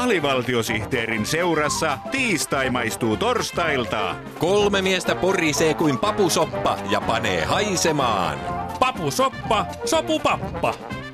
alivaltiosihteerin seurassa tiistai maistuu torstailta. 3 miestä porisee kuin papusoppa ja panee haisemaan. Papusoppa, sopupappa.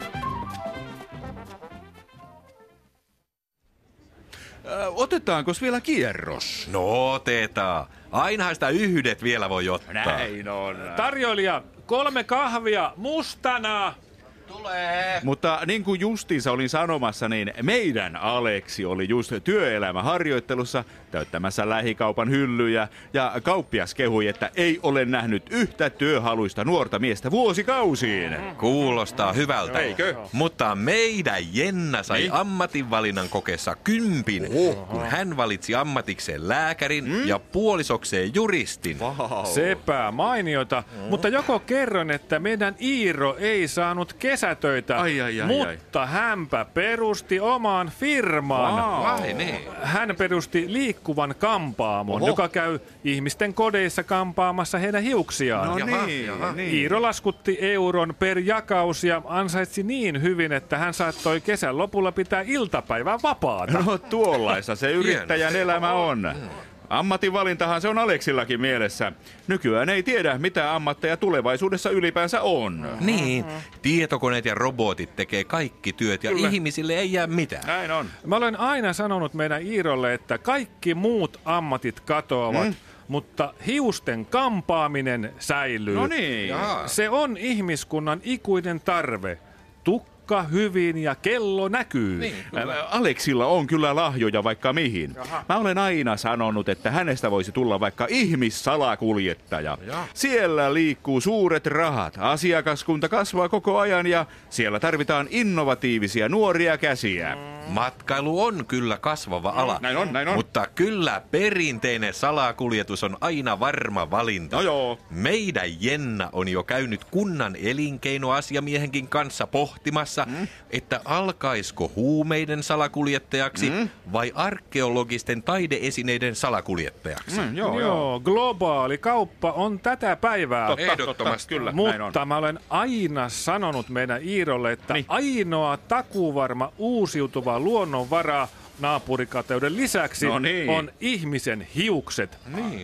Otetaankos vielä kierros? No otetaan. Ainahan sitä yhdet vielä voi ottaa. Näin on. Tarjoilija, 3 kahvia mustana. Tulee. Mutta niin kuin justiinsa olin sanomassa, niin meidän Aleksi oli just työelämäharjoittelussa täyttämässä lähikaupan hyllyjä. Ja kauppias kehui, että ei ole nähnyt yhtä työhaluista nuorta miestä vuosikausiin. Kuulostaa hyvältä. Eikö? Mutta meidän Jenna sai ammatinvalinnan kokeessa 10, kun hän valitsi ammatikseen lääkärin ja puolisokseen juristin. Wow. Sepä mainiota, mutta joko kerron, että meidän Iiro ei saanut kesätöitä, Ai. mutta hänpä perusti oman firman. Wow. Vai niin? Hän perusti liikkuvan kampaamon, joka käy ihmisten kodeissa kampaamassa heidän hiuksiaan. No Jaha. niin. Iiro laskutti euron per jakaus ja ansaitsi niin hyvin, että hän saattoi kesän lopulla pitää iltapäivää vapaata. No tuollaista se yrittäjän elämä on. Ammatinvalintahan se on Aleksillakin mielessä. Nykyään ei tiedä, mitä ammatteja tulevaisuudessa ylipäänsä on. Niin, tietokoneet ja robotit tekee kaikki työt ja ihmisille ei jää mitään. Näin on. Mä olen aina sanonut meidän Iirolle, että kaikki muut ammatit katoavat, mutta hiusten kampaaminen säilyy. No niin. Se on ihmiskunnan ikuinen tarve. Tukka hyvin ja kello näkyy. Niin. Aleksilla on kyllä lahjoja vaikka mihin. Mä olen aina sanonut, että hänestä voisi tulla vaikka ihmissalakuljettaja. Siellä liikkuu suuret rahat, asiakaskunta kasvaa koko ajan ja siellä tarvitaan innovatiivisia nuoria käsiä. Matkailu on kyllä kasvava ala. Näin on. Mutta kyllä perinteinen salakuljetus on aina varma valinta. No joo. Meidän Jenna on jo käynyt kunnan elinkeinoasiamiehenkin kanssa pohtimassa, että alkaisiko huumeiden salakuljettajaksi vai arkeologisten taideesineiden salakuljettajaksi. Joo, globaali kauppa on tätä päivää. Ehdottomasti. Kyllä, näin on. Mutta mä olen aina sanonut meidän Iirolle, että ainoa takuvarma uusiutuva luonnonvara naapurikateuden lisäksi on ihmisen hiukset.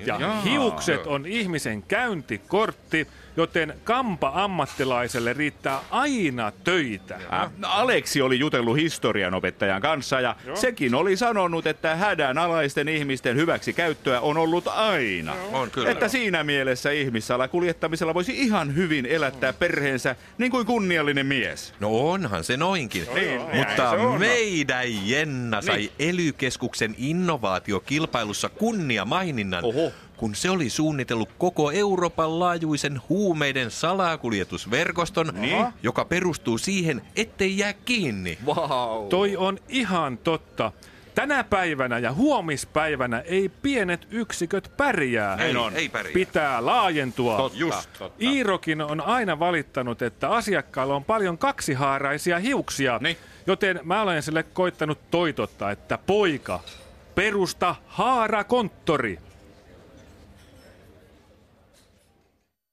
Hiukset on ihmisen käyntikortti, joten kampa-ammattilaiselle riittää aina töitä. Aleksi oli jutellut historianopettajan kanssa ja sekin oli sanonut, että hädänalaisten ihmisten hyväksi käyttöä on ollut aina. On kyllä. Että siinä mielessä ihmissalakuljettamisella voisi ihan hyvin elättää perheensä niin kuin kunniallinen mies. No onhan se noinkin. Mutta meidän Jenna sai ELY-keskuksen innovaatiokilpailussa kunniamaininnan, kun se oli suunnitellut koko Euroopan laajuisen huumeiden salakuljetusverkoston, joka perustuu siihen, ettei jää kiinni. Wow. Toi on ihan totta. Tänä päivänä ja huomispäivänä ei pienet yksiköt pärjää. Ei pärjää. Pitää laajentua. Totta. Iirokin on aina valittanut, että asiakkaalla on paljon kaksihaaraisia hiuksia. Joten mä olen sille koittanut toitottaa, että poika, perusta haarakonttori.